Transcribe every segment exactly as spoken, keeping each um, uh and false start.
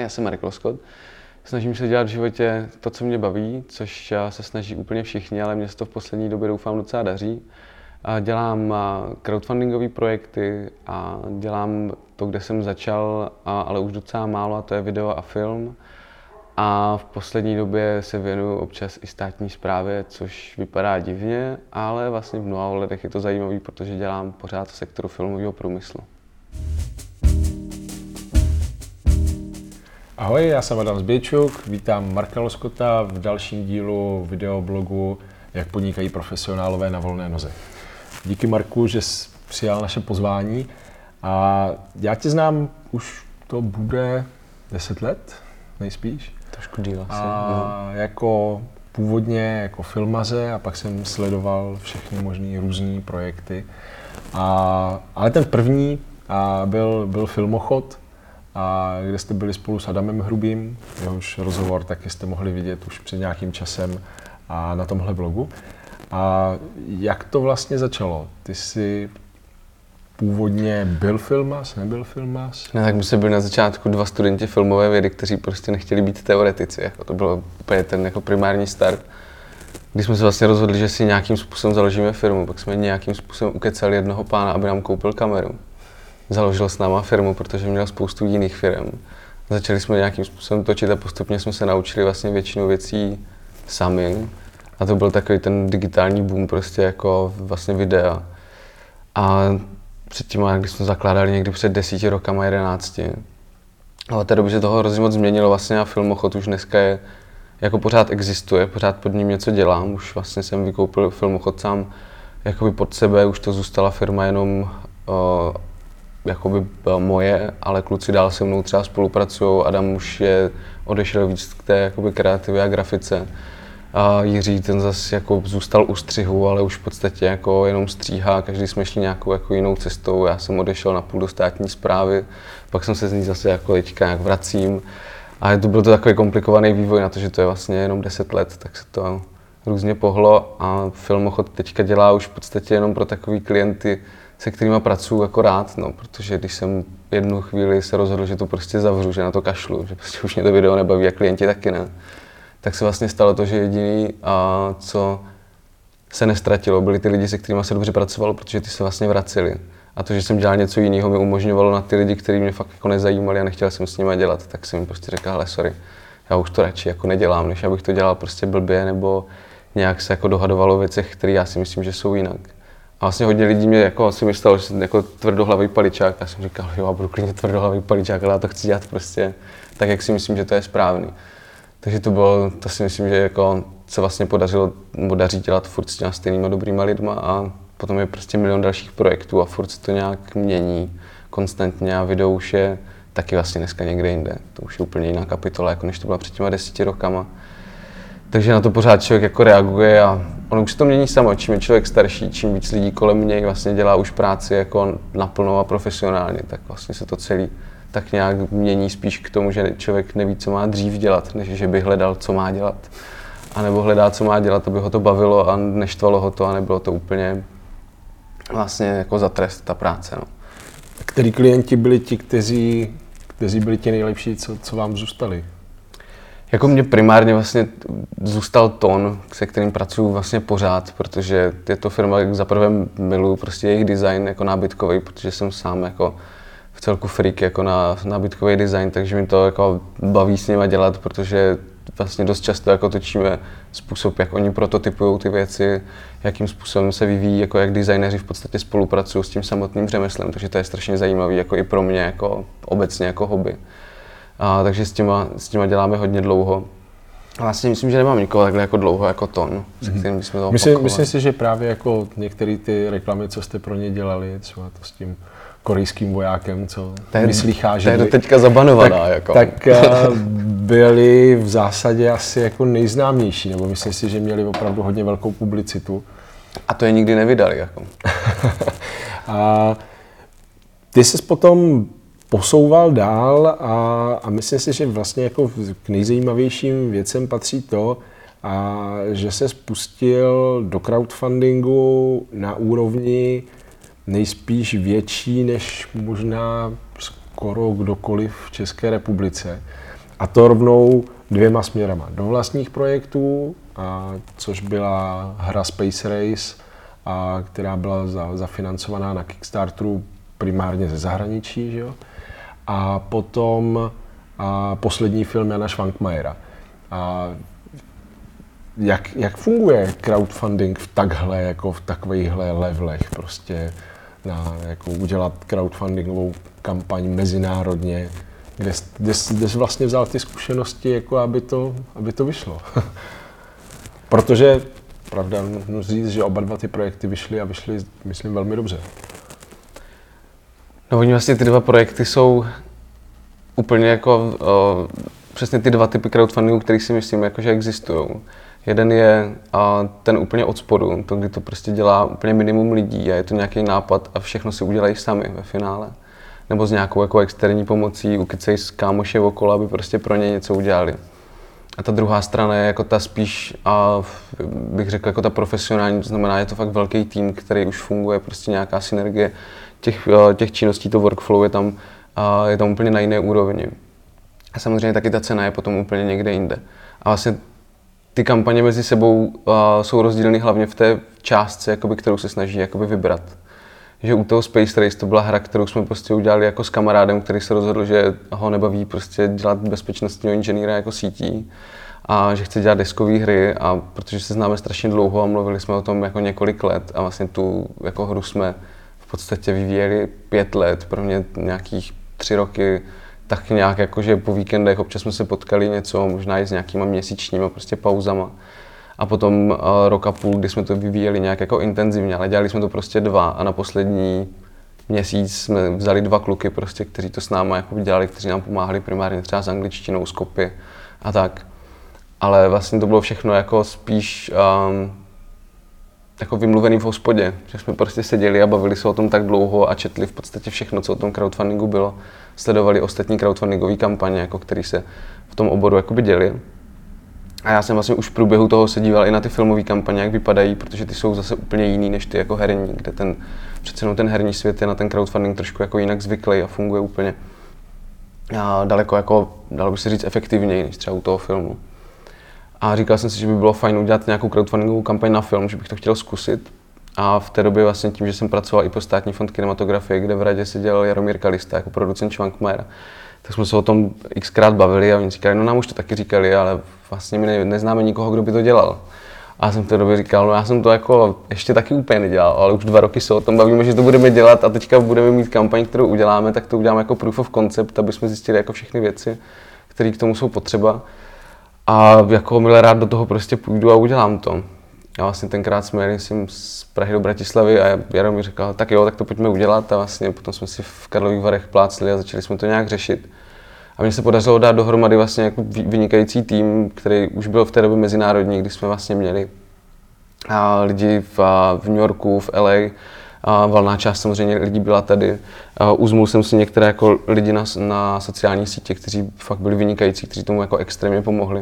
já jsem Marek Loskot. Snažím se dělat v životě to, co mě baví, což se snaží úplně všichni, ale mně se to v poslední době doufám docela daří. A dělám crowdfundingové projekty a dělám to, kde jsem začal, ale už docela málo, a to je video a film. A v poslední době se věnuju občas i státní správě, což vypadá divně, ale vlastně v mnoha letech je to zajímavé, protože dělám pořád v sektoru filmového průmyslu. Ahoj, já jsem Adam Zbějčuk, vítám Marka Loskota v dalším dílu videoblogu Jak podnikají profesionálové na volné noze. Díky Marku, že jsi přijal naše pozvání a já tě znám, už to bude deset let, nejspíš. Trošku díl asi. A jako původně jako filmaře a pak jsem sledoval všechny možný různý projekty. A, ale ten první a byl, byl Filmochod, a kde jste byli spolu s Adamem Hrubým, jehož rozhovor taky jste mohli vidět už před nějakým časem a na tomhle blogu. A jak to vlastně začalo? Ty jsi původně byl filmař, nebyl filmař? No, tak my jsme byli na začátku dva studenti filmové vědy, kteří prostě nechtěli být teoretici. Jako to byl úplně ten jako primární start. Když jsme se vlastně rozhodli, že si nějakým způsobem založíme firmu, pak jsme nějakým způsobem ukecali jednoho pána, aby nám koupil kameru. Založil s náma firmu, protože měl spoustu jiných firm. Začali jsme nějakým způsobem točit a postupně jsme se naučili vlastně většinu věcí sami. A to byl takový ten digitální boom prostě jako vlastně videa. A předtím, když jsme zakládali někdy před desíti rokama, jedenácti. Ale té doby se toho hrozně moc změnilo vlastně a Filmochod už dneska je, jako pořád existuje, pořád pod ním něco dělám. Už vlastně jsem vykoupil Filmochod sám jakoby pod sebe, už to zůstala firma jenom o, jakoby moje, ale kluci dál se mnou třeba spolupracují. Adam už je odešel víc k té jakoby kreativě a grafice. A Jiří ten zase jako zůstal u střihu, ale už v podstatě jako jenom stříhá, každý jsme šli nějakou jako jinou cestou. Já jsem odešel na půl do státní správy, pak jsem se z ní zase jako teďka nějak vracím. A to byl to takový komplikovaný vývoj na to, že to je vlastně jenom deset let, tak se to různě pohlo a Filmochod teďka dělá už v podstatě jenom pro takový klienty, se kterými pracuji jako rád, no, protože když jsem jednu chvíli se rozhodl, že to prostě zavřu, že na to kašlu, že prostě už mě to video nebaví a klienti taky ne, tak se vlastně stalo to, že jediný, a co se nestratilo, byli ty lidi, se kterými se dobře pracovalo, protože ty se vlastně vraceli. A to, že jsem dělal něco jiného, mi umožňovalo na ty lidi, kteří mě fakt jako nezajímali a nechtěl jsem s nimi dělat, tak jsem jim prostě řekl, hele, sorry, já už to radši jako nedělám, než abych to dělal prostě blbě nebo nějak se jako dohadovalo o věcech, které já si myslím, že jsou jinak. A vlastně hodně lidí mě jako si myslelo, že jsem jako tvrdohlavý paličák. Já jsem říkal, jo, já budu klidně tvrdohlavý paličák, ale já to chci dělat prostě tak, jak si myslím, že to je správný. Takže to bylo, to si myslím, že jako se vlastně podařilo, nebo daří dělat furt s těma stejnýma dobrýma lidma a potom je prostě milion dalších projektů a furt se to nějak mění konstantně a video už je taky vlastně dneska někde jinde. To už je úplně jiná kapitola, jako než to byla před těma deseti rokama. Takže na to pořád člověk jako reaguje a ono už se to mění samo. Čím je člověk starší, čím víc lidí kolem něj vlastně dělá už práci jako naplno a profesionálně, tak vlastně se to celý tak nějak mění spíš k tomu, že člověk neví, co má dřív dělat, než že by hledal, co má dělat. A nebo hledá, co má dělat, aby ho to bavilo a neštvalo ho to a nebylo to úplně vlastně jako za trest ta práce. No. Který klienti byli ti, kteří, kteří byli ti nejlepší, co, co vám zůstali? Jako mě primárně vlastně zůstal Ton, se kterým pracuji vlastně pořád, protože je to firma, za prvé miluju prostě jejich design jako nábytkový, protože jsem sám jako v celku freak jako na nábytkový design, takže mi to jako baví s nima dělat, protože vlastně dost často jako točíme způsob, jak oni prototypují ty věci, jakým způsobem se vyvíjí, jako jak designéři v podstatě spolupracují s tím samotným řemeslem, takže to je strašně zajímavý jako i pro mě jako obecně jako hobby. A, takže s těma, s těma děláme hodně dlouho. A vlastně myslím, že nemám nikoho takhle jako dlouho jako Ton, se kterým bychom to myslím, myslím si, že právě jako některé ty reklamy, co jste pro ně dělali, třeba to s tím korejským vojákem, co myslíchá, že... To je do teďka zabanovaná, tak, jako. Tak byli v zásadě asi jako nejznámější, nebo myslím si, že měli opravdu hodně velkou publicitu. A to je nikdy nevydali, jako. A ty ses potom posouval dál a, a myslím si, že vlastně jako k nejzajímavějším věcem patří to, a že se spustil do crowdfundingu na úrovni nejspíš větší než možná skoro kdokoliv v České republice. A to rovnou dvěma směrama. Do vlastních projektů, a, což byla hra Space Race, a, která byla za, zafinancovaná na Kickstarteru primárně ze zahraničí. Že jo? A potom a, poslední film Jana Švankmajera. A, jak, jak funguje crowdfunding v takhle, jako v takovýchhle levelech? Prostě na, jako udělat crowdfundingovou kampaň mezinárodně, kde, kde, kde jsi vlastně vzal ty zkušenosti, jako aby, to, aby to vyšlo. Protože, pravda, musím říct, že oba dva ty projekty vyšly a vyšly, myslím, velmi dobře. No oni vlastně ty dva projekty jsou úplně jako o, přesně ty dva typy crowdfundingu, který si myslím, jako, že existují. Jeden je a, ten úplně od spodu, to, kdy to prostě dělá úplně minimum lidí a je to nějaký nápad a všechno si udělají sami ve finále. Nebo s nějakou jako externí pomocí, ukecej s kámoše okolo, aby prostě pro ně něco udělali. A ta druhá strana je jako ta spíš, a bych řekl, jako ta profesionální, to znamená, je to fakt velký tým, který už funguje, prostě nějaká synergie těch, těch činností, to workflow je tam, je tam úplně na jiné úrovni. A samozřejmě taky ta cena je potom úplně někde jinde. A vlastně ty kampaně mezi sebou uh, jsou rozdílné hlavně v té částce, jakoby, kterou se snaží jakoby, vybrat. Že u toho Space Race to byla hra, kterou jsme prostě udělali jako s kamarádem, který se rozhodl, že ho nebaví prostě dělat bezpečnostního inženýra jako sítí a že chce dělat deskové hry, a protože se známe strašně dlouho a mluvili jsme o tom jako několik let a vlastně tu jako hru jsme v podstatě vyvíjeli pět let, pro mě nějakých tři roky, tak nějak jakože po víkendech občas jsme se potkali něco, možná i s nějakýma měsíčníma prostě pauzama. A potom uh, rok a půl, kdy jsme to vyvíjeli nějak jako intenzivně, ale dělali jsme to prostě dva a na poslední měsíc jsme vzali dva kluky prostě, kteří to s námi jako dělali, kteří nám pomáhali primárně třeba s angličtinou, s kopy a tak. Ale vlastně to bylo všechno jako spíš um, jako vymluvený v hospodě, že jsme prostě seděli a bavili se o tom tak dlouho a četli v podstatě všechno, co o tom crowdfundingu bylo. Sledovali ostatní crowdfundingové kampaně, jako které se v tom oboru jakoby děli. A já jsem vlastně už v průběhu toho se díval i na ty filmové kampaně, jak vypadají, protože ty jsou zase úplně jiný než ty jako herní, kde ten, přece jenom ten herní svět je na ten crowdfunding trošku jako jinak zvyklý a funguje úplně a daleko jako, dalo by se říct, efektivněji než třeba u toho filmu. A říkal jsem si, že by bylo fajn udělat nějakou crowdfundingovou kampaň na film, že bych to chtěl zkusit. A v té době vlastně tím, že jsem pracoval i pro Státní fond kinematografie, kde v radě seděl Jaromír Kalista jako producent Švankmajera, tak jsme se o tom xkrát bavili a oni říkali, no nám už to taky říkali, ale vlastně my ne, neznáme nikoho, kdo by to dělal. A já jsem v té době říkal, no já jsem to jako ještě taky úplně nedělal, ale už dva roky se o tom bavíme, že to budeme dělat a teďka budeme mít kampaň, kterou uděláme, tak to uděláme jako proof of concept, aby jsme zjistili jako všechny věci, které k tomu jsou potřeba. A jako milé rád do toho prostě půjdu a udělám to. A vlastně tenkrát jsme jeli z Prahy do Bratislavy a Jaromír říkal, tak jo, tak to pojďme udělat a vlastně potom jsme si v Karlových Varech plácli a začali jsme to nějak řešit. A mně se podařilo dát dohromady vlastně jako vynikající tým, který už byl v té době mezinárodní, kdy jsme vlastně měli a lidi v, v New Yorku, v L A, a valná část samozřejmě lidí byla tady. A uzmul jsem si některé jako lidi na, na sociální sítě, kteří fakt byli vynikající, kteří tomu jako extrémně pomohli.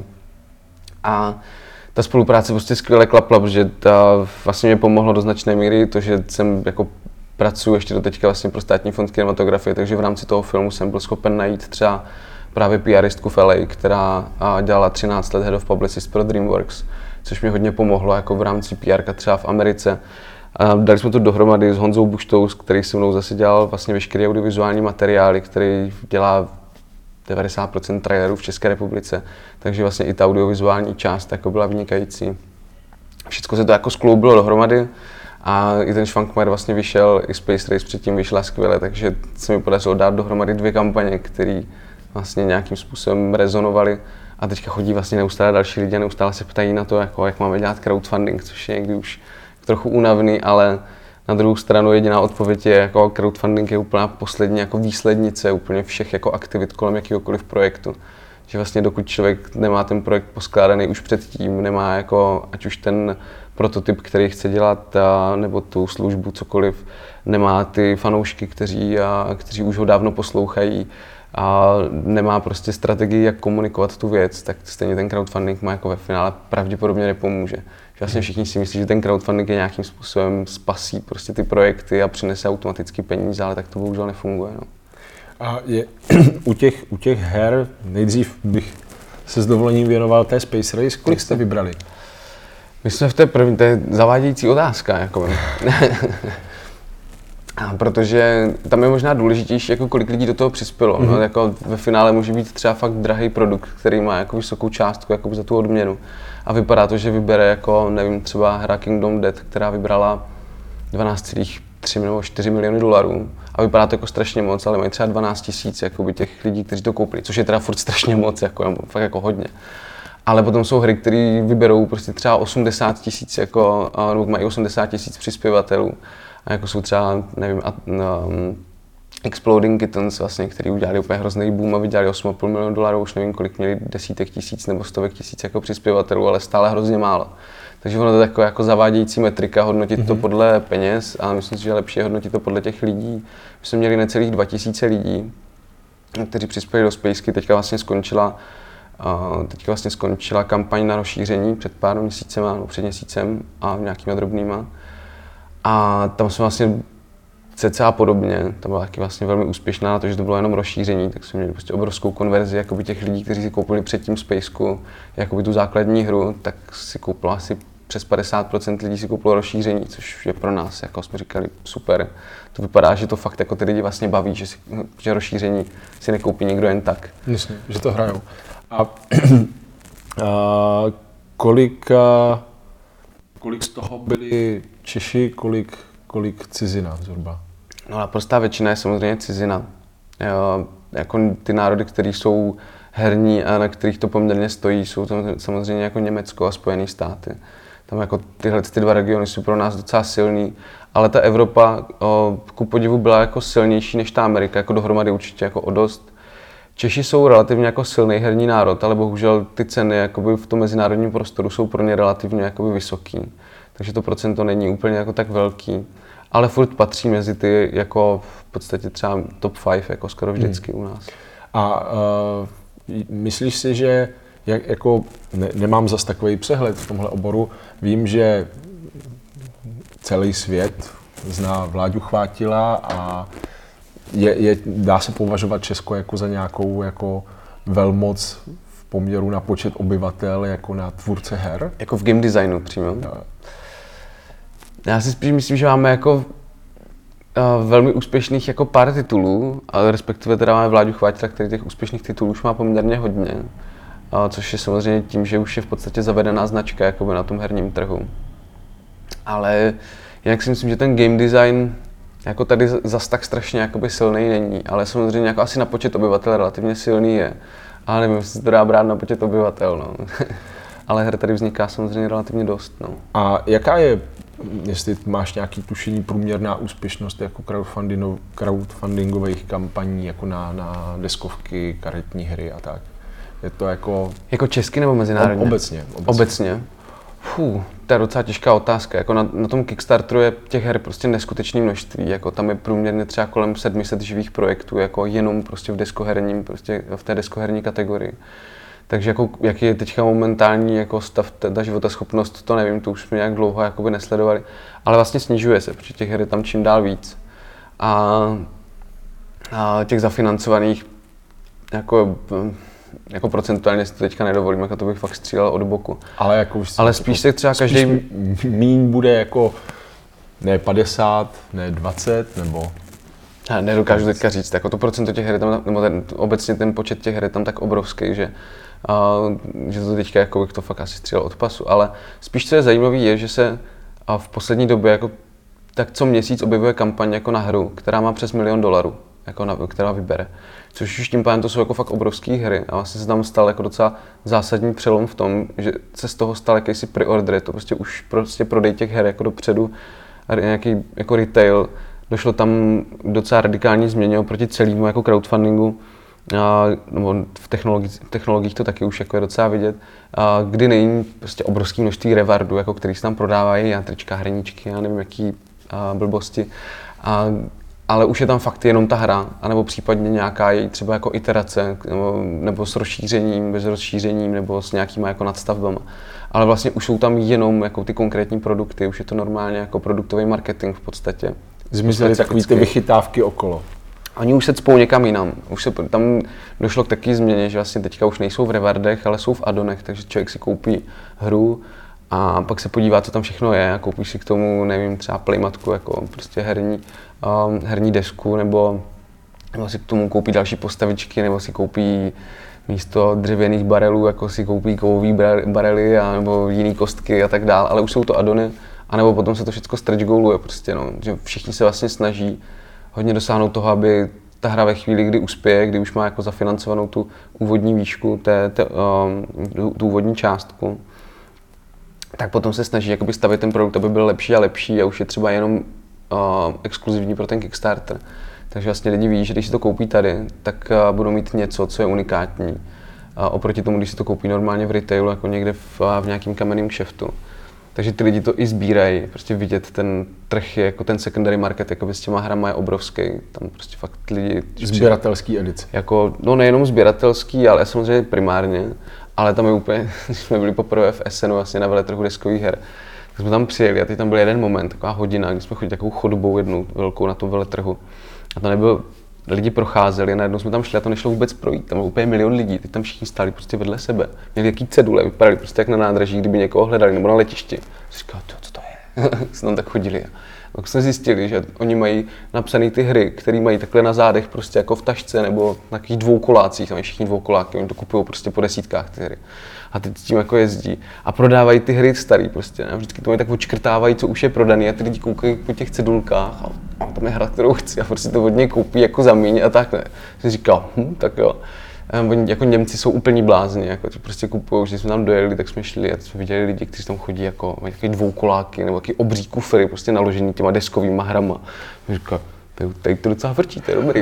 A ta spolupráce prostě skvěle klapla, protože ta vlastně mě pomohlo do značné míry to, že jsem jako pracuji ještě do teďka vlastně pro Státní fond kinematografie, takže v rámci toho filmu jsem byl schopen najít třeba právě PRistku v L A, která dělala třináct let Head of Publicist pro DreamWorks, což mě hodně pomohlo jako v rámci P R třeba v Americe. A dali jsme to dohromady s Honzou Buštou, který se mnou zase dělal vlastně veškeré audiovizuální materiály, který dělá devadesát procent trailerů v České republice, takže vlastně i ta audiovizuální část jako byla vynikající. Všechno se to jako skloubilo dohromady a i ten Švankmajer vlastně vyšel, i Space Race předtím vyšla skvěle, takže se mi podařilo dát dohromady dvě kampaně, které vlastně nějakým způsobem rezonovaly a teďka chodí vlastně neustále další lidi a neustále se ptají na to, jako, jak máme dělat crowdfunding, což je někdy už trochu únavný, ale na druhou stranu jediná odpověď je, jako crowdfunding je úplná poslední jako výslednice úplně všech jako aktivit kolem jakýhokoliv projektu. Že vlastně dokud člověk nemá ten projekt poskládaný už předtím, nemá jako ať už ten prototyp, který chce dělat, a, nebo tu službu, cokoliv, nemá ty fanoušky, kteří, a, kteří už ho dávno poslouchají a nemá prostě strategii, jak komunikovat tu věc, tak stejně ten crowdfunding má jako ve finále pravděpodobně nepomůže. Že vlastně všichni si myslí, že ten crowdfunding je nějakým způsobem spasí prostě ty projekty a přinese automaticky peníze, ale tak to bohužel nefunguje. No. A je, u, těch, u těch her nejdřív bych se s dovolením věnoval té Space Race. Kolik jste vybrali? My jsme v té první, to je zavádějící otázka, jako. A protože tam je možná důležitější, jako kolik lidí do toho přispělo. Mm-hmm. No, jako ve finále může být třeba fakt drahý produkt, který má jako vysokou částku jako za tu odměnu. A vypadá to, že vybere jako, nevím, třeba hra Kingdom Death, která vybrala dvanáct celá tři nebo čtyři miliony dolarů. A vypadá to jako strašně moc, ale mají třeba dvanáct tisíc těch lidí, kteří to koupili, což je teda furt strašně moc, jako, fakt jako hodně. Ale potom jsou hry, které vyberou prostě třeba osmdesát tisíc, jako, nebo mají osmdesát tisíc přispěvatelů. A jako jsou třeba, nevím, um, Exploding Kittens, vlastně, který udělali úplně hrozný boom a vydělali osm celá pět milionu dolarů, už nevím, kolik měli desítek tisíc nebo stovek tisíc jako přispěvatelů, ale stále hrozně málo. Takže ono to je taková jako zavádějící metrika, hodnotit mm-hmm. to podle peněz, a myslím si, že je lepší hodnotit to podle těch lidí. My jsme měli necelých dva tisíce lidí, kteří přispěli do Spacey. Teďka vlastně skončila, uh, teďka vlastně skončila kampaň na rozšíření před pár měsícema, no před měsícem a nějakýma drobnýma. A tam jsme vlastně cca podobně, ta byla taky vlastně velmi úspěšná na to, že to bylo jenom rozšíření, tak jsme měli prostě obrovskou konverzi jakoby těch lidí, kteří si koupili předtím Spacey, jakoby tu základní hru, tak si koupilo asi přes padesát procent lidí si koupilo rozšíření, což je pro nás, jako jsme říkali, super. To vypadá, že to fakt jako ty lidi vlastně baví, že, si, že rozšíření si nekoupí nikdo jen tak. Myslím, že to hrajou. A, a kolik, a, kolik z toho byli Češi, kolik, kolik cizina zhruba? No naprostá většina je samozřejmě cizina. Jo, jako ty národy, které jsou herní a na kterých to poměrně stojí, jsou tam samozřejmě jako Německo a Spojené státy. Tam jako tyhle ty dva regiony jsou pro nás docela silný, ale ta Evropa o, ku podivu byla jako silnější než ta Amerika, jako dohromady určitě jako o dost. Češi jsou relativně jako silný herní národ, ale bohužel ty ceny jakoby v tom mezinárodním prostoru jsou pro ně relativně jakoby vysoký. Takže to procento není úplně jako tak velký, ale furt patří mezi ty jako v podstatě třeba top pět, jako skoro vždycky hmm. u nás. A uh, myslíš si, že jak, jako ne, nemám zas takový přehled v tomhle oboru, vím, že celý svět zná Vláďu Chvátila a je, je, dá se považovat Česko jako za nějakou jako velmoc v poměru na počet obyvatel, jako na tvůrce her? Jako v game designu přímo? No. Já si spíš myslím, že máme jako uh, velmi úspěšných jako pár titulů, ale respektive teda máme Vláďu Chvátila, který těch úspěšných titulů už má poměrně hodně, uh, což je samozřejmě tím, že už je v podstatě zavedená značka jakoby na tom herním trhu. Ale jinak si myslím, že ten game design jako tady zas tak strašně jakoby silný není, ale samozřejmě jako asi na počet obyvatel relativně silný je. Ale nevím, jestli se to dá brát na počet obyvatel, no. Ale her tady vzniká samozřejmě relativně dost, no. A jaká je, jestli máš nějaký tušení, průměrná úspěšnost jako crowdfundingových kampaní jako na, na deskovky, karetní hry a tak? Je to jako... Jako česky nebo mezinárodně? Obecně. Obecně. obecně. Fuh, to je docela těžká otázka. Jako na, na tom Kickstarteru je těch her prostě neskutečné množství. Jako tam je průměrně třeba kolem sedm set živých projektů, jako jenom prostě v deskoherním, prostě v té deskoherní kategorii. Takže jako, jaký je teďka momentální jako stav, ta životaschopnost, to nevím, to už jsme nějak dlouho jakoby nesledovali. Ale vlastně snižuje se, protože těch her je tam čím dál víc. A, a těch zafinancovaných jako... Jako procentuálně si to teďka nedovolím, jako to bych fakt střílel od boku. Ale, jako Ale spíš se třeba každý... míň bude jako ne padesát, ne dvacet, nebo... Já nedokážu teďka říct, jako to procento těch her je tam, nebo ten, obecně ten počet těch her je tam tak obrovský, že, uh, že to teďka jako bych to fakt asi střílel od pasu. Ale spíš co je zajímavé je, že se uh, v poslední době jako tak co měsíc objevuje kampaň jako na hru, která má přes milion dolarů, jako na, která vybere. Což už tím pádem to jsou jako fakt obrovské hry a vlastně se tam stal jako docela zásadní přelom v tom, že se z toho stal jakýsi pre-order, to prostě už prostě prodej těch her jako dopředu a nějaký jako retail. Došlo tam docela radikální změně oproti celému jako crowdfundingu, a, nebo v technologi- technologiích to taky už jako je docela vidět, a, kdy není prostě obrovské množství rewardů, jako který se tam prodávají, játrička, hrníčky, já nevím jaký a, blbosti. A, ale už je tam fakt jenom ta hra, anebo případně nějaká její třeba jako iterace, nebo, nebo s rozšířením, bez rozšířením, nebo s nějakýma jako nadstavbama. Ale vlastně už jsou tam jenom jako ty konkrétní produkty, už je to normálně jako produktový marketing v podstatě. Zmizely takový ty vychytávky okolo. oni už se cpou někam jinam. Už se, tam došlo k takové změně, že vlastně teďka už nejsou v rewardech, ale jsou v addonech, takže člověk si koupí hru a pak se podívá, co tam všechno je a koupí si k tomu, nevím, třeba playmatku, jako prostě herní, um, herní desku, nebo, nebo si k tomu koupí další postavičky, nebo si koupí místo dřevěných barelů, jako si koupí kovové barely a, nebo jiné kostky a tak dál, ale už jsou to addony, anebo potom se to všechno stretch goaluje prostě, no, že všichni se vlastně snaží hodně dosáhnout toho, aby ta hra ve chvíli, kdy uspěje, kdy už má jako zafinancovanou tu úvodní výšku, té, té, um, tu úvodní částku, tak potom se snaží jakoby stavit ten produkt, aby byl lepší a lepší a už je třeba jenom uh, exkluzivní pro ten Kickstarter. Takže vlastně lidi ví, že když si to koupí tady, tak uh, budou mít něco, co je unikátní. Uh, oproti tomu, když si to koupí normálně v retailu, jako někde v, uh, v nějakým kamenném kšeftu. Takže ty lidi to i sbírají, prostě vidět ten trh je jako ten secondary market, jako s těma hrama je obrovský, tam prostě fakt lidi... Sběratelský edice. Jako, no nejenom sběratelský, ale samozřejmě primárně, ale tam je úplně, když jsme byli poprvé v Essenu vlastně na veletrhu deskových her, tak jsme tam přijeli a teď tam byl jeden moment, taková hodina, kdy jsme chodili takovou chodbou jednu velkou na tom veletrhu a to nebyl, lidi procházeli a najednou jsme tam šli a to nešlo vůbec projít, tam byl úplně milion lidí, teď tam všichni stáli prostě vedle sebe, měli jaký cedule, vypadali prostě jak na nádraží, kdyby někoho hledali nebo na letišti. Jsem říkal, co to je? jsme tam tak chodili. A tak jsme zjistili, že oni mají napsané ty hry, které mají takhle na zádech prostě jako v tašce nebo na takových dvoukolácích, mají všichni dvoukoláky, oni to kupují prostě po desítkách ty hry. A teď s tím jako jezdí a prodávají ty hry starý prostě, ne? Vždycky to mají tak odškrtávají, co už je prodaný a ty lidi koukají po těch cedulkách a, a tam je hra, kterou chci a prostě to od něj koupí jako za míň a tak ne. Jsem říkal, hm, tak jo. Oni jako Němci jsou úplní blázni, jako to prostě kupují, že jsme tam dojeli, tak jsme šli a jsme viděli lidi, kteří tam chodí jako, mají takové dvoukoláky nebo taky obří kufry, prostě naložený těma deskovýma hrama. Jsem říkal, tady to docela vrčí, to je dobrý.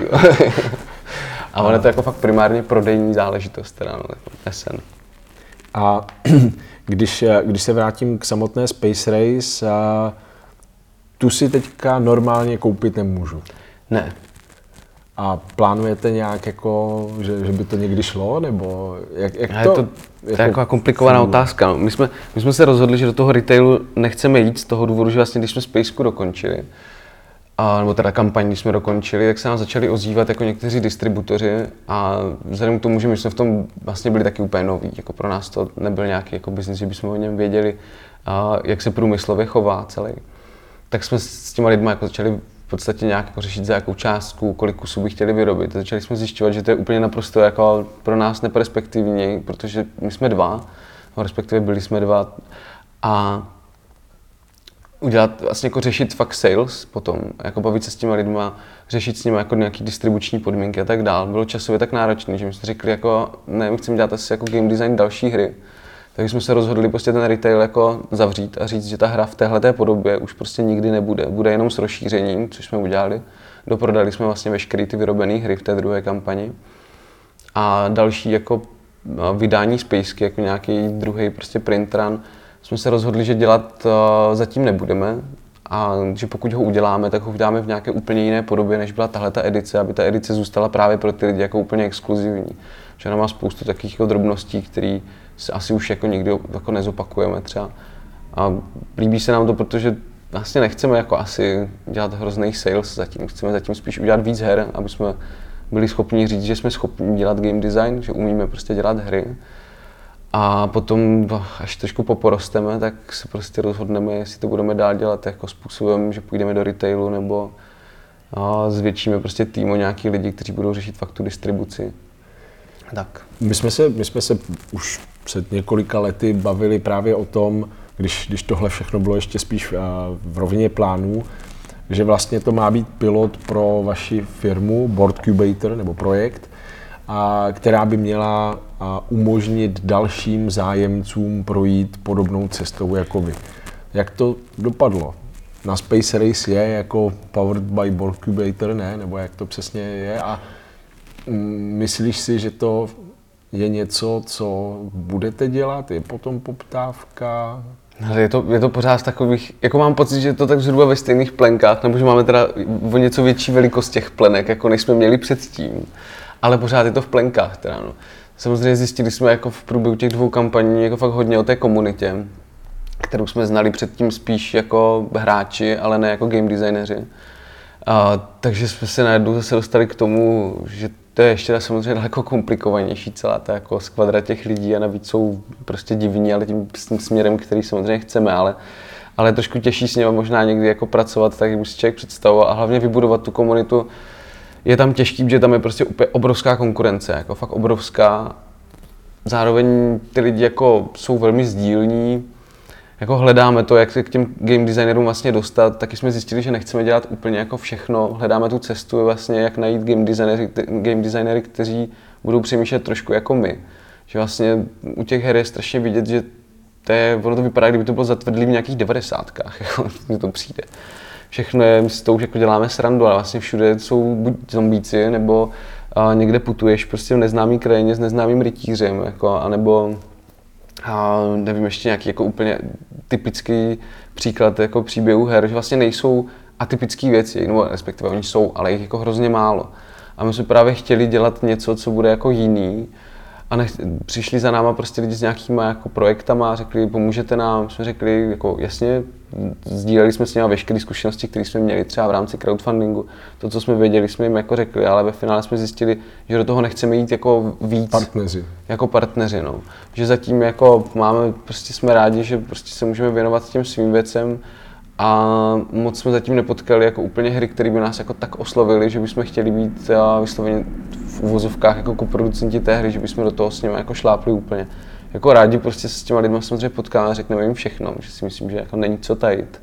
A ono je to jako fakt primárně prodejní záležitost, teda no, jako Essen. A když, když se vrátím k samotné Space Race, a tu si teďka normálně koupit nemůžu. Ne. A plánujete nějak jako, že, že by to někdy šlo, nebo jak, jak to? Je to, to je taková komplikovaná funguje? Otázka. No. My, jsme, my jsme se rozhodli, že do toho retailu nechceme jít z toho důvodu, že vlastně když jsme Spaceku dokončili, a, nebo teda kampaň, když jsme dokončili, tak se nám začali ozývat jako někteří distributoři a vzhledem k tomu, že my jsme v tom vlastně byli taky úplně noví, jako pro nás to nebyl nějaký jako biznis, že bychom o něm věděli, a, jak se průmyslově chová celý, tak jsme s těma lidma jako začali v podstatě nějak jako řešit, za jakou částku, kolik kusů by chtěli vyrobit. Začali jsme zjišťovat, že to je úplně naprosto jako pro nás neperspektivní, protože my jsme dva, respektive byli jsme dva a udělat, vlastně jako řešit fakt sales potom, jako bavit se s těma lidma, řešit s nimi jako nějaký distribuční podmínky a tak dál. Bylo časově tak náročný, že my jsme řekli jako, ne, my chceme dělat asi jako game design další hry. Takže jsme se rozhodli prostě ten retail jako zavřít a říct, že ta hra v téhleté podobě už prostě nikdy nebude. Bude jenom s rozšířením, což jsme udělali. Doprodali jsme vlastně veškeré ty vyrobené hry v té druhé kampani. A další jako vydání Spaceky, jako nějaký druhý prostě print run, jsme se rozhodli, že dělat uh, zatím nebudeme a že pokud ho uděláme, tak ho uděláme v nějaké úplně jiné podobě, než byla tahle ta edice, aby ta edice zůstala právě pro ty lidi jako úplně exkluzivní. Že ona má spoustu takových jako drobností, které se asi už jako nikdy jako nezopakujeme třeba. A líbí se nám to, protože vlastně nechceme jako asi dělat hrozný sales zatím, chceme zatím spíš udělat víc her, aby jsme byli schopni říct, že jsme schopni dělat game design, že umíme prostě dělat hry. A potom, až trošku poporosteme, tak se prostě rozhodneme, jestli to budeme dál dělat jako způsobem, že půjdeme do retailu nebo zvětšíme prostě tým o nějaký lidi, kteří budou řešit fakt tu distribuci. Tak. My jsme se, my jsme se už před několika lety bavili právě o tom, když, když tohle všechno bylo ještě spíš v rovině plánů, že vlastně to má být pilot pro vaši firmu, Boardcubator nebo projekt, a která by měla umožnit dalším zájemcům projít podobnou cestou jako vy. Jak to dopadlo? Na Space Race je jako powered by Boardcubator, ne? Nebo jak to přesně je? A myslíš si, že to je něco, co budete dělat? Je potom poptávka? Je to, je to pořád takových, jako mám pocit, že je to tak zhruba ve stejných plenkách, nebo že máme teda o něco větší velikost těch plenek, jako než jsme měli předtím. Ale pořád je to v plenkách teda, no. Samozřejmě zjistili jsme jako v průběhu těch dvou kampaní jako fakt hodně o té komunitě, kterou jsme znali předtím spíš jako hráči, ale ne jako game designéři. A, takže jsme se najednou zase dostali k tomu, že to je ještě samozřejmě daleko komplikovanější celá ta jako skvadra těch lidí a navíc jsou prostě divní, ale tím, tím směrem, který samozřejmě chceme, ale, ale trošku těžší s nimi možná někdy jako pracovat, tak jak už si člověk představoval a hlavně vybudovat tu komunitu. Je tam těžký, že tam je prostě úplně obrovská konkurence, jako fakt obrovská. Zároveň ty lidi jako jsou velmi sdílní, jako hledáme to, jak se k těm game designerům vlastně dostat, taky jsme zjistili, že nechceme dělat úplně jako všechno, hledáme tu cestu vlastně, jak najít game designery, game designery, kteří budou přemýšlet trošku jako my. Že vlastně u těch her je strašně vidět, že to je, ono to vypadá, kdyby to bylo zatvrdlý v nějakých devadesátkách, jako mně to přijde. Všechno je, my s tou jako děláme srandu, ale vlastně všude jsou buď zombíci, nebo a někde putuješ prostě v neznámý krajině s neznámým rytířem, jako, anebo a nevím, ještě nějaký jako úplně typický příklad jako příběhu her, že vlastně nejsou atypické věci, nebo respektive oni jsou, ale jich jako hrozně málo. A my jsme právě chtěli dělat něco, co bude jako jiný. A nech, přišli za náma prostě lidi s nějakýma jako projektama a řekli, pomůžete nám, jsme řekli, jako jasně, sdíleli jsme s nimi veškeré zkušenosti, které jsme měli třeba v rámci crowdfundingu. To, co jsme věděli, jsme jim jako řekli, ale ve finále jsme zjistili, že do toho nechceme jít jako víc. Partneři. Jako partneři, no. Že zatím jako máme, prostě jsme rádi, že prostě se můžeme věnovat těm svým věcem a moc jsme zatím nepotkali jako úplně hry, které by nás jako tak oslovily, že bychom chtěli být vysloveně v uvozovkách jako koproducenti té hry, že bychom do toho s nimi jako šlápli úplně. Jako rádi prostě se s těma lidma samozřejmě potkáme a řekneme jim všechno, že si myslím, že jako není co tajit.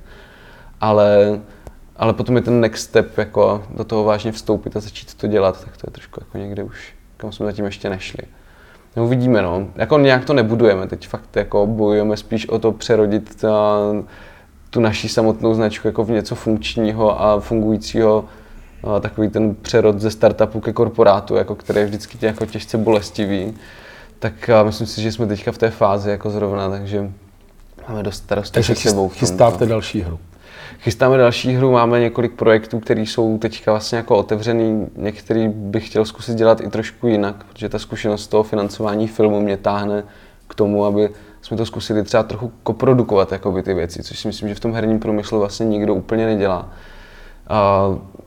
Ale, ale potom je ten next step, jako do toho vážně vstoupit a začít to dělat, tak to je trošku jako někde už, kam jsme zatím ještě nešli. No, uvidíme, no. Jako nějak to nebudujeme, teď fakt jako bojujeme spíš o to přerodit ta, tu naši samotnou značku jako v něco funkčního a fungujícího, a takový ten přerod ze startupu ke korporátu, jako který je vždycky jako těžce bolestivý. Tak myslím si, že jsme teďka v té fázi jako zrovna, takže máme dost starostí před sebou. Chystáte další hru? Chystáme další hru, máme několik projektů, které jsou teďka vlastně jako otevřený. Některý bych chtěl zkusit dělat i trošku jinak, protože ta zkušenost toho financování filmu mě táhne k tomu, aby jsme to zkusili třeba trochu koprodukovat jakoby ty věci, což si myslím, že v tom herním průmyslu vlastně nikdo úplně nedělá. A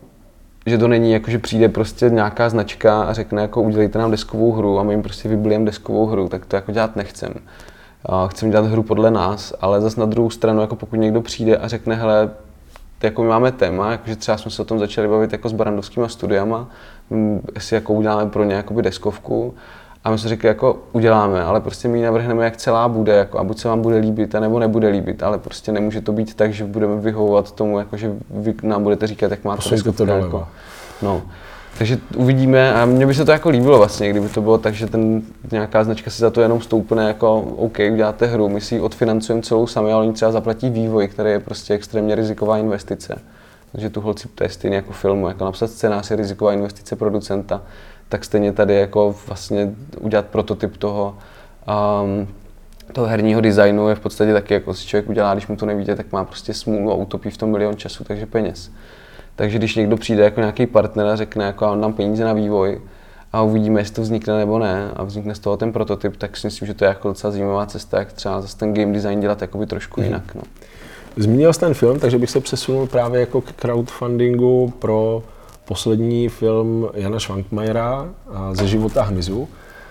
že to není jako, že přijde prostě nějaká značka a řekne jako udělejte nám deskovou hru a my jim prostě vyblijem deskovou hru, tak to jako dělat nechcem. A chcem dělat hru podle nás, ale zase na druhou stranu, jako pokud někdo přijde a řekne, hele, jako my máme téma, jakože třeba jsme se o tom začali bavit jako s barandovskýma studiama, jestli jako uděláme pro ně jakoby deskovku. A my jsme řekli, jako uděláme, ale prostě my ji navrhneme, jak celá bude, jako, a buď se vám bude líbit, anebo nebude líbit, ale prostě nemůže to být tak, že budeme vyhovovat tomu, jako, že vy nám budete říkat, jak má to deskovka. Jako, no. Takže uvidíme a mně by se to jako líbilo vlastně, kdyby to bylo tak, že ten, nějaká značka si za to jenom stoupne, jako OK, uděláte hru, my si ji odfinancujeme celou sami, ale oni třeba zaplatí vývoj, který je prostě extrémně riziková investice. Takže tu holci, to je stejně jako filmu, jako napsat scénář je riziková investice producenta, tak stejně tady jako vlastně udělat prototyp toho, um, toho herního designu je v podstatě taky, jako si člověk udělá, když mu to nevíde, tak má prostě smůlu a utopí v tom milion času, takže peněz. Takže když někdo přijde jako nějaký partner a řekne, jako a nám peníze na vývoj a uvidíme, jestli to vznikne nebo ne a vznikne z toho ten prototyp, tak si myslím, že to je jako docela zajímavá cesta, jak třeba zase ten game design dělat jakoby trošku hmm. jinak. No. Zmínil jsi ten film, takže bych se přesunul právě jako k crowdfundingu pro poslední film Jana Švankmajera Ze života hmyzu,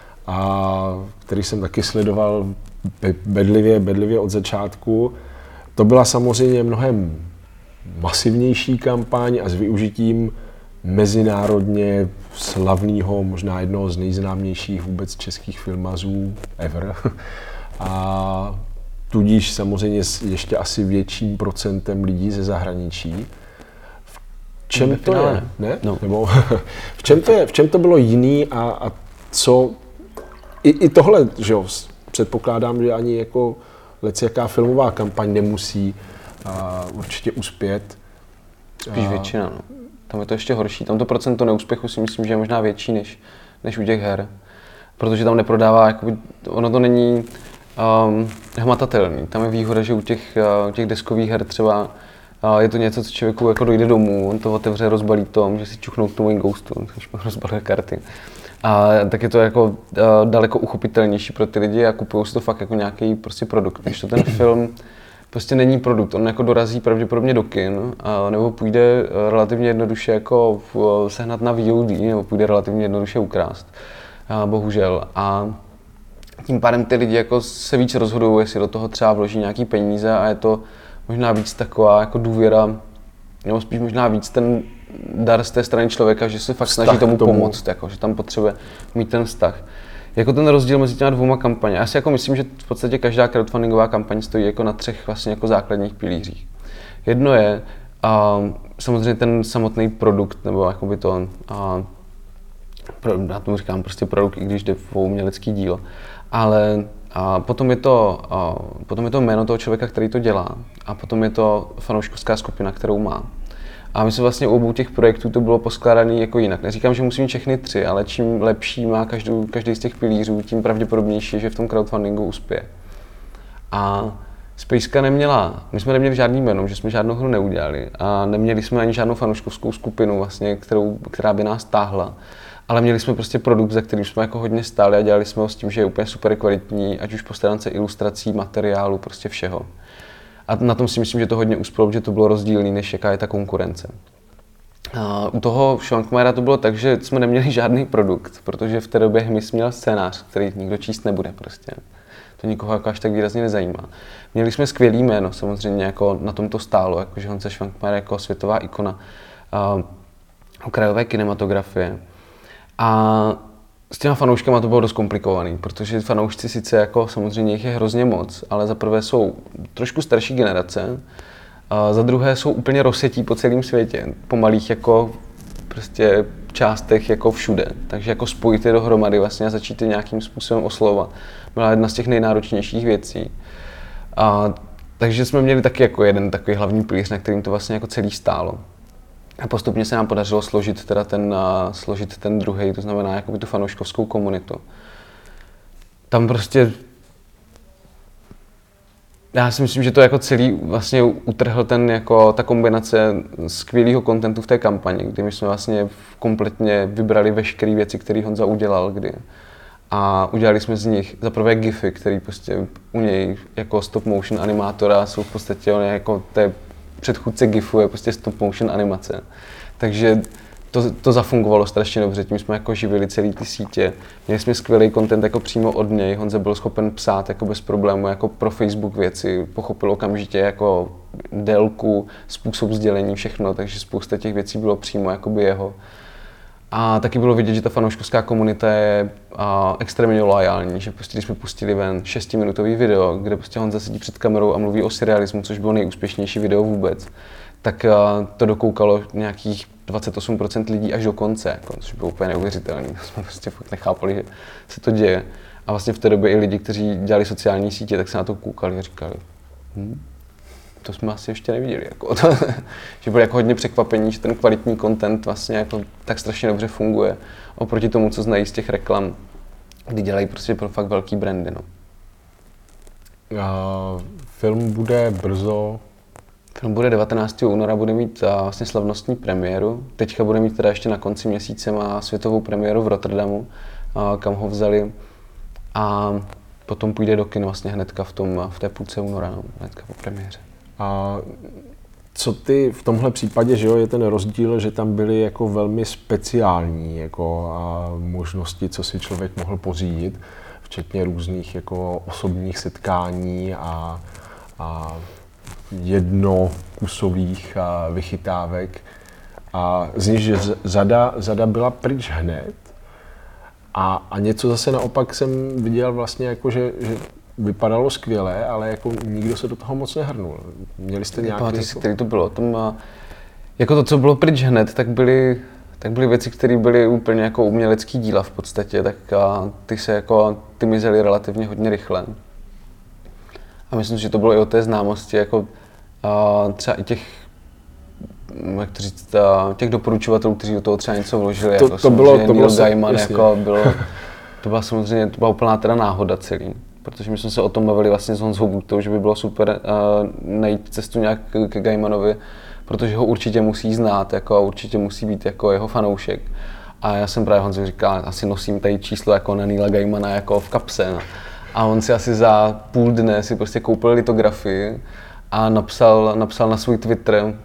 a který jsem taky sledoval bedlivě, bedlivě od začátku. To byla samozřejmě mnohem masivnější kampaň a s využitím mezinárodně slavného, možná jednoho z nejznámějších vůbec českých filmařů ever. A tudíž samozřejmě s ještě asi větším procentem lidí ze zahraničí. V čem to je? Ne? No. Nebo v čem to je? V čem to bylo jiný a, a co? I, i tohle, že jo, předpokládám, že ani jako lecjaká filmová kampaň nemusí a určitě uspět. Spíš většina, no. Tam je to ještě horší. Tam to procento neúspěchu si myslím, že je možná větší než, než u těch her. Protože tam neprodává, jakoby, ono to není um, hmatatelný. Tam je výhoda, že u těch, uh, u těch deskových her třeba uh, je to něco, co člověku jako dojde domů, on to otevře, rozbalí to, může si čuchnout k tomu Wing Ghostu, když má rozbalil karty. A tak je to jako uh, daleko uchopitelnější pro ty lidi a kupují si to fakt jako nějaký prostě produkt. Když to ten film prostě není produkt. On jako dorazí pravděpodobně do kin, a, nebo půjde relativně jednoduše jako v, sehnat na V O D, nebo půjde relativně jednoduše ukrást. A, bohužel. A tím pádem ty lidi jako se víc rozhodují, jestli do toho třeba vloží nějaký peníze a je to možná víc taková jako důvěra, nebo spíš možná víc ten dar z té strany člověka, že se fakt Vztah snaží tomu, tomu pomoct, jako, že tam potřebuje mít ten vztah. Jako ten rozdíl mezi těma dvouma kampaně. Já si jako myslím, že v podstatě každá crowdfundingová kampaň stojí jako na třech vlastně jako základních pilířích. Jedno je uh, samozřejmě ten samotný produkt, nebo jakoby to, uh, pro, já tomu říkám prostě produkt, i když jde o umělecký dílo. Ale a potom, je to, a potom je to jméno toho člověka, který to dělá, a potom je to fanouškovská skupina, kterou má. A myslím vlastně u obou těch projektů to bylo poskládané jako jinak. Neříkám, že musí mít všechny tři, ale čím lepší má každou, každý z těch pilířů, tím pravděpodobnější, že v tom crowdfundingu uspěje. A Spaceka neměla, my jsme neměli žádný jméno, že jsme žádnou hru neudělali a neměli jsme ani žádnou fanouškovskou skupinu, vlastně, kterou, která by nás táhla. Ale měli jsme prostě produkt, za kterým jsme jako hodně stáli a dělali jsme ho s tím, že je úplně super kvalitní, ať už po stránce ilustrací, materiálu, prostě všeho. A na tom si myslím, že to hodně uspělo, že to bylo rozdílný, než jaká je ta konkurence. A u toho Švankmajera to bylo tak, že jsme neměli žádný produkt, protože v té době Hmyz měl scénář, který nikdo číst nebude prostě. To nikoho jako až tak výrazně nezajímá. Měli jsme skvělý jméno, samozřejmě jako na tom to stálo, jakože Honza Švankmajer jako světová ikona uh, okrajové kinematografie. A s těma fanouškama to bylo dost komplikovaný, protože fanoušci sice jako samozřejmě jich je hrozně moc, ale za prvé jsou trošku starší generace, a za druhé jsou úplně rozsetí po celém světě, po malých jako prostě částech jako všude. Takže jako spojit je dohromady vlastně a začít je nějakým způsobem oslovovat byla jedna z těch nejnáročnějších věcí. A, takže jsme měli taky jako jeden takový hlavní pilíř, na kterým to vlastně jako celý stálo. A postupně se nám podařilo složit teda ten, uh, složit ten druhý, to znamená jakoby tu fanouškovskou komunitu. Tam prostě, já si myslím, že to jako celý vlastně utrhl ten jako ta kombinace skvělého kontentu v té kampani, kdy my jsme vlastně kompletně vybrali veškeré věci, které Honza udělal kdy. A udělali jsme z nich za prvé gify, které prostě u něj jako stop motion animátora jsou v podstatě jako té předchůdce gifu je prostě stop motion animace. Takže to, to zafungovalo strašně dobře, tím jsme jako živili celý ty sítě. Měli jsme skvělý content jako přímo od něj, Honza byl schopen psát jako bez problému jako pro Facebook věci, pochopil okamžitě jako délku, způsob sdělení, všechno, takže spousta těch věcí bylo přímo jakoby jeho. A taky bylo vidět, že ta fanouškovská komunita je a, extrémně loajální, že prostě když jsme pustili ven šestiminutový video, kde prostě Honza sedí před kamerou a mluví o surrealismu, což bylo nejúspěšnější video vůbec, tak a, to dokoukalo nějakých dvacet osm procent lidí až do konce, jako, což bylo úplně neuvěřitelné. Jsme prostě fakt nechápali, že se to děje. A vlastně v té době i lidi, kteří dělali sociální sítě, tak se na to koukali a říkali, hm, to jsme asi ještě neviděli. Jako to, že byli jako hodně překvapení, že ten kvalitní content vlastně jako tak strašně dobře funguje oproti tomu, co znají z těch reklam, kdy dělají prostě pro fakt velký brandy. No. A film bude brzo. Film bude devatenáctého února, bude mít vlastně slavnostní premiéru. Teďka bude mít teda ještě na konci měsíce má světovou premiéru v Rotterdamu, kam ho vzali. A potom půjde do kin vlastně hnedka v, tom, v té půlce února, no, hnedka po premiéře. A co ty v tomhle případě, že jo, je ten rozdíl, že tam byly jako velmi speciální jako a možnosti, co si člověk mohl pořídit, včetně různých jako osobních setkání a, a jednokusových a vychytávek. A z nich, že zada, zada byla pryč hned. A, a něco zase naopak jsem viděl vlastně jako, že, že vypadalo skvěle, ale jako nikdo se do toho moc nehrnul. Měli jste nějaký... Pamatuji si, který to bylo. Tom, jako to, co bylo pryč hned, tak byly, tak byly věci, které byly úplně jako umělecký díla v podstatě, tak a ty se jako, ty mizely relativně hodně rychle. A myslím, že to bylo i o té známosti, jako a třeba i těch, jak to říct, těch doporučovatelů, kteří do toho třeba něco vložili. To, jako to bylo, to bylo Gaiman, jako bylo, to byla samozřejmě, to byla úplná teda náhoda celý. Protože my jsme se o tom bavili vlastně s Honzou Butou, že by bylo super uh, najít cestu nějak k Gaimanovi, protože ho určitě musí znát jako, a určitě musí být jako jeho fanoušek. A já jsem právě Honzovi říkal, asi nosím tady číslo jako na Neila Gaimana jako v kapse. No. A on si asi za půl dne si prostě koupil litografii a napsal, napsal na svůj Twitter,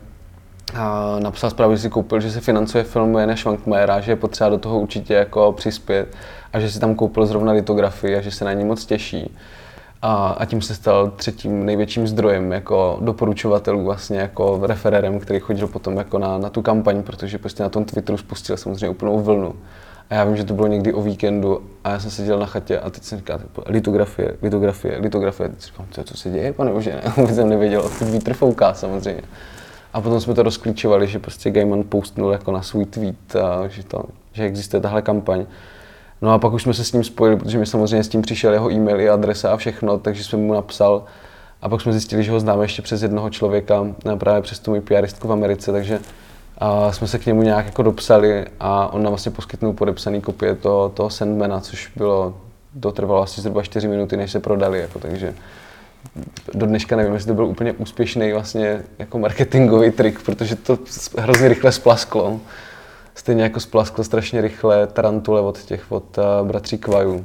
a napsal zprávu, že si koupil, že se financuje film Jana Švankmayera, že je potřeba do toho určitě jako přispět a že si tam koupil zrovna litografii a že se na ní moc těší. A, a tím se stal třetím největším zdrojem jako doporučovatelů, vlastně jako referérem, který chodil potom jako na, na tu kampaň, protože prostě na tom Twitteru spustil samozřejmě úplnou vlnu. A já vím, že to bylo někdy o víkendu a já jsem seděl na chatě a teď jsem říkal, litografie, litografie, litografie. Teď říkám, co, co se děje, pane bože, ne? Vůbec jsem nevěděl, odkud vítr fouká samozřejmě. A potom jsme to rozklíčovali, že prostě Gaiman postnul jako na svůj tweet, a že, to, že existuje tahle kampaň. No a pak už jsme se s ním spojili, protože mi samozřejmě s tím přišel jeho e-mail i adresa a všechno, takže jsem mu napsal. A pak jsme zjistili, že ho známe ještě přes jednoho člověka, právě přes tu moji PRistku v Americe, takže a jsme se k němu nějak jako dopsali a on nám vlastně poskytnul podepsaný kopie toho, toho Sandmana, což bylo, to trvalo asi zhruba čtyři minuty, než se prodali, jako, takže do dneška nevím, jestli to byl úplně úspěšný vlastně jako marketingový trik, protože to hrozně rychle splasklo. Stejně jako splasklo strašně rychle Tarantule od těch, od uh, bratří Kvajů.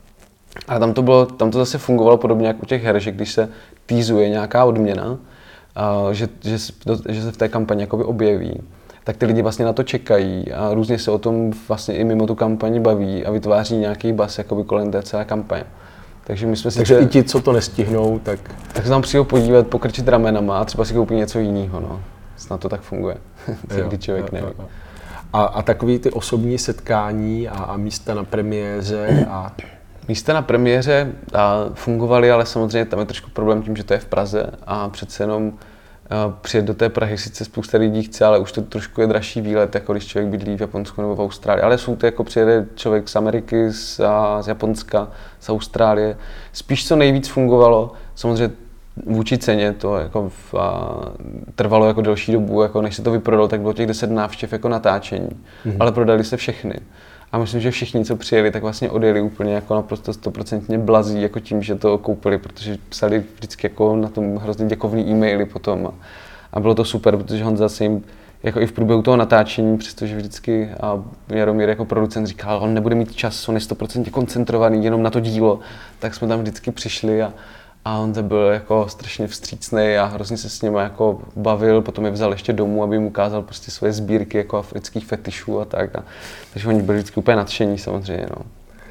Ale tam to, bylo, tam to zase fungovalo podobně jako u těch her, že když se týzuje nějaká odměna, uh, že, že, že se v té kampani jakoby objeví, tak ty lidi vlastně na to čekají a různě se o tom vlastně i mimo tu kampaň baví a vytváří nějaký buzz jakoby kolem té celé kampaně. Takže my jsme si Takže te... i ti, co to nestihnou, tak... Tak se tam přijdou podívat, pokrčit ramenama a třeba si koupí něco jiného, no. Snad to tak funguje, když člověk neví. Jo, jo. A, a takový ty osobní setkání a, a místa na premiéře a... Místa na premiéře a fungovaly, ale samozřejmě tam je trošku problém tím, že to je v Praze a přece jenom přijet do té Prahy sice spousta lidí chce, ale už to trošku je dražší výlet, jako když člověk bydlí v Japonsku nebo v Austrálii. Ale jsou to jako přijede člověk z Ameriky, z, z Japonska, z Austrálie. Spíš co nejvíc fungovalo, samozřejmě vůči ceně to jako v, a, trvalo jako delší dobu, jako než se to vyprodalo, tak bylo těch deset návštěv jako natáčení, mm-hmm. ale prodali se všechny. A myslím, že všichni, co přijeli, tak vlastně odjeli úplně jako naprosto stoprocentně blazí jako tím, že to koupili, protože psali vždycky jako na tom hrozně děkovný e-maily potom. A, a bylo to super, protože Honza se jim jako i v průběhu toho natáčení, přestože vždycky a Jaromír jako producent říkal, on nebude mít čas, on je stoprocentně koncentrovaný jenom na to dílo, tak jsme tam vždycky přišli a A on to byl jako strašně vstřícný a hrozně se s nimi jako bavil, potom je vzal ještě domů, aby mu ukázal prostě svoje sbírky jako afrických fetišů a tak. A, takže oni byli vždycky úplně nadšení samozřejmě. No.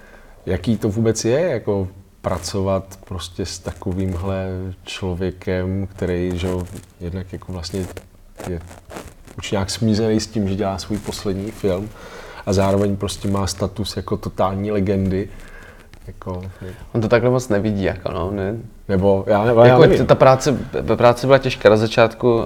Jaký to vůbec je, jako pracovat prostě s takovýmhle člověkem, který, že jednak jako vlastně je už nějak smířený s tím, že dělá svůj poslední film a zároveň prostě má status jako totální legendy. Jako, on to takhle moc nevidí, jako no, ne? Nebo já, nebo jako já nevím. Ta práce, práce byla těžká na začátku,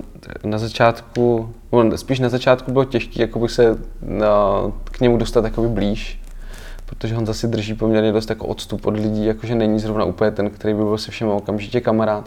na začátku, spíš na začátku bylo těžké jakoby se na, k němu dostat jakoby blíž, protože on zase drží poměrně dost jako odstup od lidí, jakože není zrovna úplně ten, který by byl se všemi okamžitě kamarád.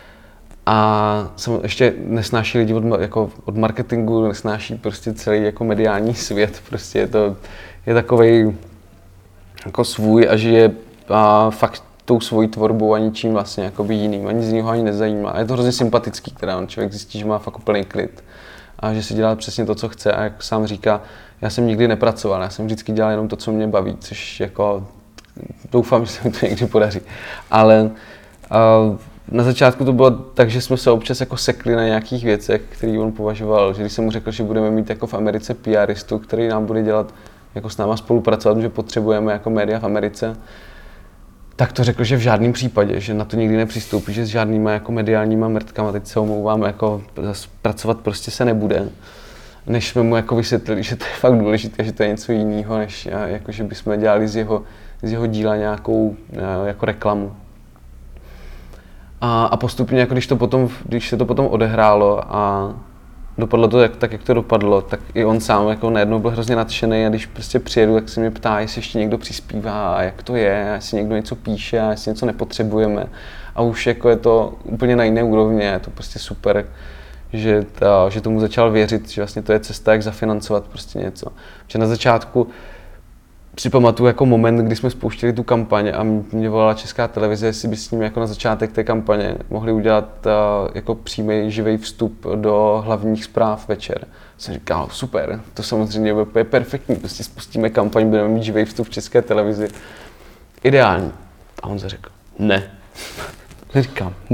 A jsem ještě nesnáší lidi od, jako od marketingu, nesnáší prostě celý jako mediální svět, prostě je to, je takovej jako svůj a žije a fakt tou svojí tvorbou a ničím vlastně jakoby jiným, ani z něho ani nezajímá. A je to hrozně sympatický, teda on člověk zjistí, že má fakt úplný klid a že si dělá přesně to, co chce a jak sám říká, já jsem nikdy nepracoval, já jsem vždycky dělal jenom to, co mě baví, což jako doufám, že se mi to někdy podaří. Ale a na začátku to bylo tak, že jsme se občas jako sekli na nějakých věcech, které on považoval, že když jsem mu řekl, že budeme mít jako v Americe PRistu, který nám bude dělat jako s náma spolupracovat, že potřebujeme jako média v Americe, tak to řekl, že v žádném případě, že na to nikdy nepřistoupí, že s žádnýma jako mediálníma mrtkama, teď se omlouvám, jako pracovat prostě se nebude. Než jsme mu jako vysvětlili, že to je fakt důležité, že to je něco jiného, než jako, že bychom dělali z jeho, z jeho díla nějakou jako reklamu. A, a postupně, jako když, to potom, když se to potom odehrálo a dopadlo to tak, tak, jak to dopadlo, tak i on sám jako najednou byl hrozně nadšený a když prostě přijedu, tak se mě ptá, jestli ještě někdo přispívá a jak to je, a jestli někdo něco píše a jestli něco nepotřebujeme. A už jako je to úplně na jiné úrovni, je to prostě super, že, ta, že tomu začal věřit, že vlastně to je cesta, jak zafinancovat prostě něco. Protože na začátku si pamatuju jako moment, kdy jsme spouštěli tu kampaň a mě volala Česká televize, jestli by s ním jako na začátek té kampaně mohli udělat uh, jako přímý živý vstup do hlavních zpráv večer. Jsem říkal, super, to samozřejmě bude perfektní, prostě spustíme kampaň, budeme mít živý vstup v České televizi. Ideální. A on se řekl, ne. Říkám, hm,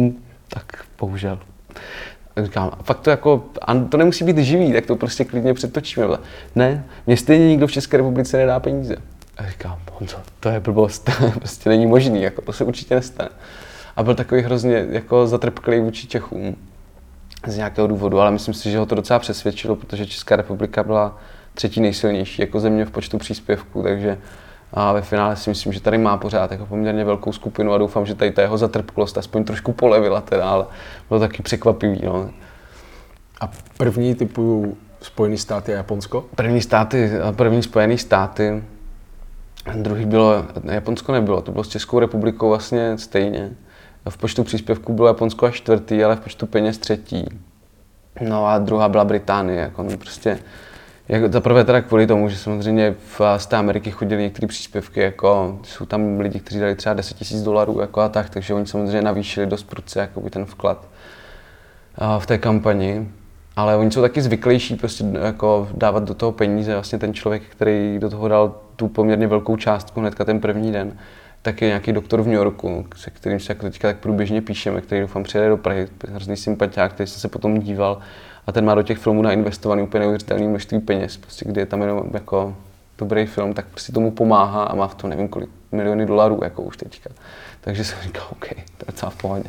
tak bohužel. A říkám, a fakt to jako, a to nemusí být živý, tak to prostě klidně přetočíme. Ne, mě stejně nikdo v České republice nedá peníze. A říkám, Honzo, to je blbost, to prostě není možný, jako to se určitě nestane. A byl takový hrozně jako zatrpklý vůči Čechům z nějakého důvodu, ale myslím si, že ho to docela přesvědčilo, protože Česká republika byla třetí nejsilnější jako země v počtu příspěvků, takže a ve finále si myslím, že tady má pořád jako poměrně velkou skupinu a doufám, že tady ta jeho zatrpklost aspoň trošku polevila teda, ale bylo taky překvapivý. No. A první typu Spojený státy a Japonsko? První státy, první Spojený státy, druhý bylo, Japonsko nebylo, to bylo s Českou republikou vlastně stejně. V počtu příspěvků bylo Japonsko až čtvrtý, ale v počtu peněz třetí. No a druhá byla Británie, jako no prostě. Jako zaprvé teda kvůli tomu, že samozřejmě v, z té Ameriky chodili některé příspěvky, jako jsou tam lidi, kteří dali třeba deset tisíc dolarů jako a tak, takže oni samozřejmě navýšili dost prudce jakoby ten vklad a, v té kampani. Ale oni jsou taky zvyklejší prostě jako dávat do toho peníze. Vlastně ten člověk, který do toho dal tu poměrně velkou částku hnedka ten první den, tak je nějaký doktor v New Yorku, se kterým se jako teďka tak průběžně píšeme, který doufám přijede do Prahy, hrozný sympatiák, který jsem se potom díval. A ten má do těch filmů nainvestovaný úplně neuvěřitelné množství peněz, prostě, kdy je tam jenom jako dobrý film, tak prostě tomu pomáhá a má v tom nevím kolik miliony dolarů jako už teďka. Takže jsem říkal, OK, to je docela v pohodě.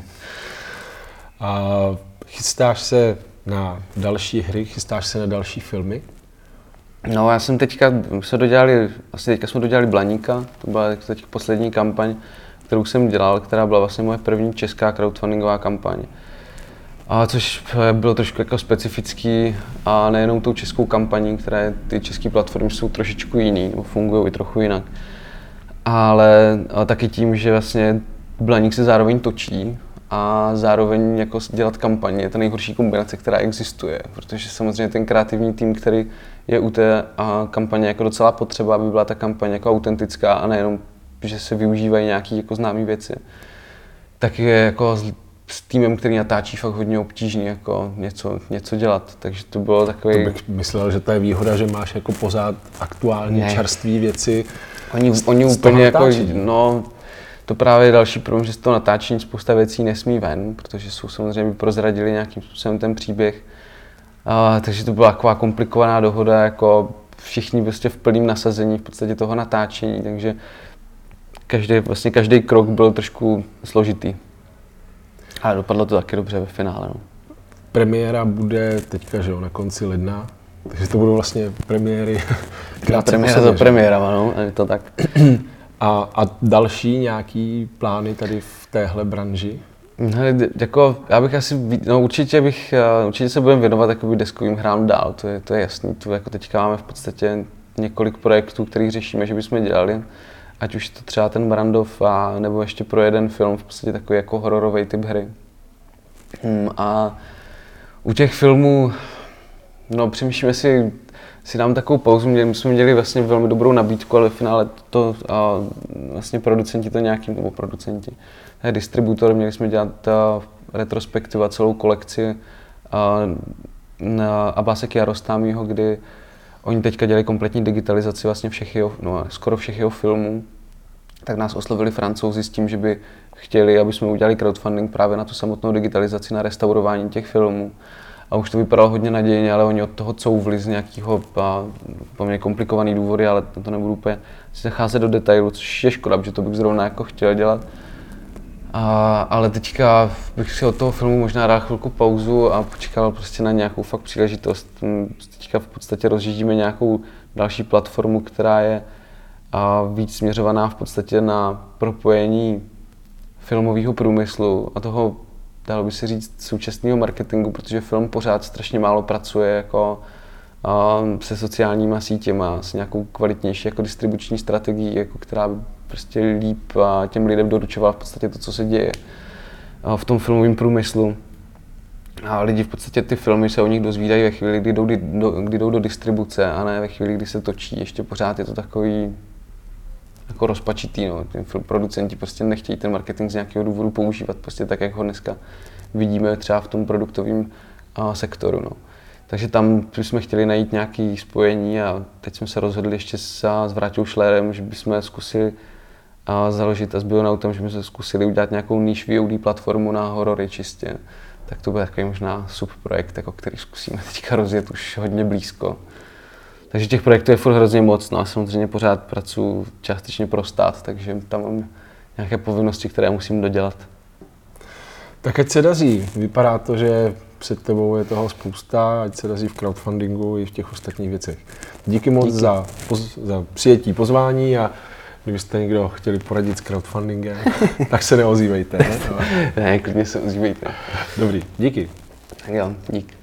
A chystáš se na další hry, chystáš se na další filmy? No já jsem teďka, jsme dodělali, vlastně teďka jsme dodělali Blaníka, to byla teď poslední kampaň, kterou jsem dělal, která byla vlastně moje první česká crowdfundingová kampaň. A což bylo trošku jako specifický a nejenom tou českou kampaní, které ty české platformy jsou trošičku jiný, nebo fungují i trochu jinak. Ale taky tím, že vlastně Blaník se zároveň točí a zároveň jako dělat kampaň je ta nejhorší kombinace, která existuje, protože samozřejmě ten kreativní tým, který je u té kampaně jako docela potřeba, aby byla ta kampaň jako autentická a nejenom, že se využívají nějaké jako známé věci, tak je jako s týmem, který natáčí, fakt hodně obtížný jako něco, něco dělat, takže to bylo takový. To bych myslel, že to je výhoda, že máš jako pořád aktuální čerstvé věci. Oni, z, oni z úplně jako, no, to právě je další problém, že z toho natáčení spousta věcí nesmí ven, protože jsou samozřejmě prozradili nějakým způsobem ten příběh. A, takže to byla taková komplikovaná dohoda, jako všichni prostě v plném nasazení v podstatě toho natáčení, takže každý, vlastně každý krok byl trošku složitý. Ale dopadlo to taky dobře ve finále. No. Premiéra bude teďka, že jo, na konci ledna, takže to budou vlastně premiéry. Premiéra za premiérama, no, je to tak. A, a další nějaký plány tady v téhle branži? Hele, jako, já bych asi, no určitě bych, určitě se budeme věnovat jakoby deskovým hrám dál, to je, to je jasný. Tu, jako teďka máme v podstatě několik projektů, kterých řešíme, že bychom dělali. Ať už to třeba ten Brandov, a, nebo ještě pro jeden film, v podstatě takový jako hororový typ hry. Hmm, a u těch filmů, no přemýšlíme si, si dám takovou pauzu, my jsme měli vlastně velmi dobrou nabídku, ale v finále to a, vlastně producenti to nějakým, nebo producenti, ne, distributor, měli jsme dělat a, retrospektiva, celou kolekci a, na Abase Kiarostamího, kdy oni teďka dělají kompletní digitalizaci vlastně všech jeho, no, skoro všech jeho filmů. Tak nás oslovili Francouzi s tím, že by chtěli, aby jsme udělali crowdfunding právě na tu samotnou digitalizaci, na restaurování těch filmů. A už to vypadalo hodně nadějně, ale oni od toho couvli z nějakého poměrně komplikovaný důvody, ale to nebudu úplně si zacházet do detailu, což je škoda, protože to bych zrovna jako chtěl dělat. A, ale teďka bych si od toho filmu možná dal chvilku pauzu a počkal prostě na nějakou fakt příležitost. Teďka v podstatě rozjíždíme nějakou další platformu, která je a víc směřovaná v podstatě na propojení filmového průmyslu a toho, dalo by se říct, současného marketingu, protože film pořád strašně málo pracuje jako a, se sociálníma sítěma, s nějakou kvalitnější jako distribuční strategií, jako která by prostě líp a těm lidem doručovala v podstatě to, co se děje a, v tom filmovém průmyslu. A lidi v podstatě ty filmy se o nich dozvídají ve chvíli, kdy jdou do, kdy jdou do distribuce a ne ve chvíli, kdy se točí. Ještě pořád je to takový jako rozpačitý, no. Ty producenti prostě nechtějí ten marketing z nějakého důvodu používat, prostě tak, jak ho dneska vidíme třeba v tom produktovém a, sektoru, no. Takže tam jsme chtěli najít nějaké spojení a teď jsme se rozhodli ještě s, s Vráťou Šlérem, že bychom zkusili a založit a zbylo na tom, že jsme se zkusili udělat nějakou niche V O D platformu na horory čistě. Tak to byl takový možná subprojekt, jako který zkusíme teďka rozjet už hodně blízko. Takže těch projektů je furt hrozně moc, no a samozřejmě pořád pracuji částečně pro stát, takže tam mám nějaké povinnosti, které musím dodělat. Tak ať se daří. Vypadá to, že před tebou je toho spousta, ať se daří v crowdfundingu i v těch ostatních věcech. Díky moc Díky. Za, poz, za přijetí pozvání a kdybyste někdo chtěli poradit s crowdfundingem, tak se neozývejte. Ne, ne klidně se ozývejte. Dobrý, díky. Tak jo, díky.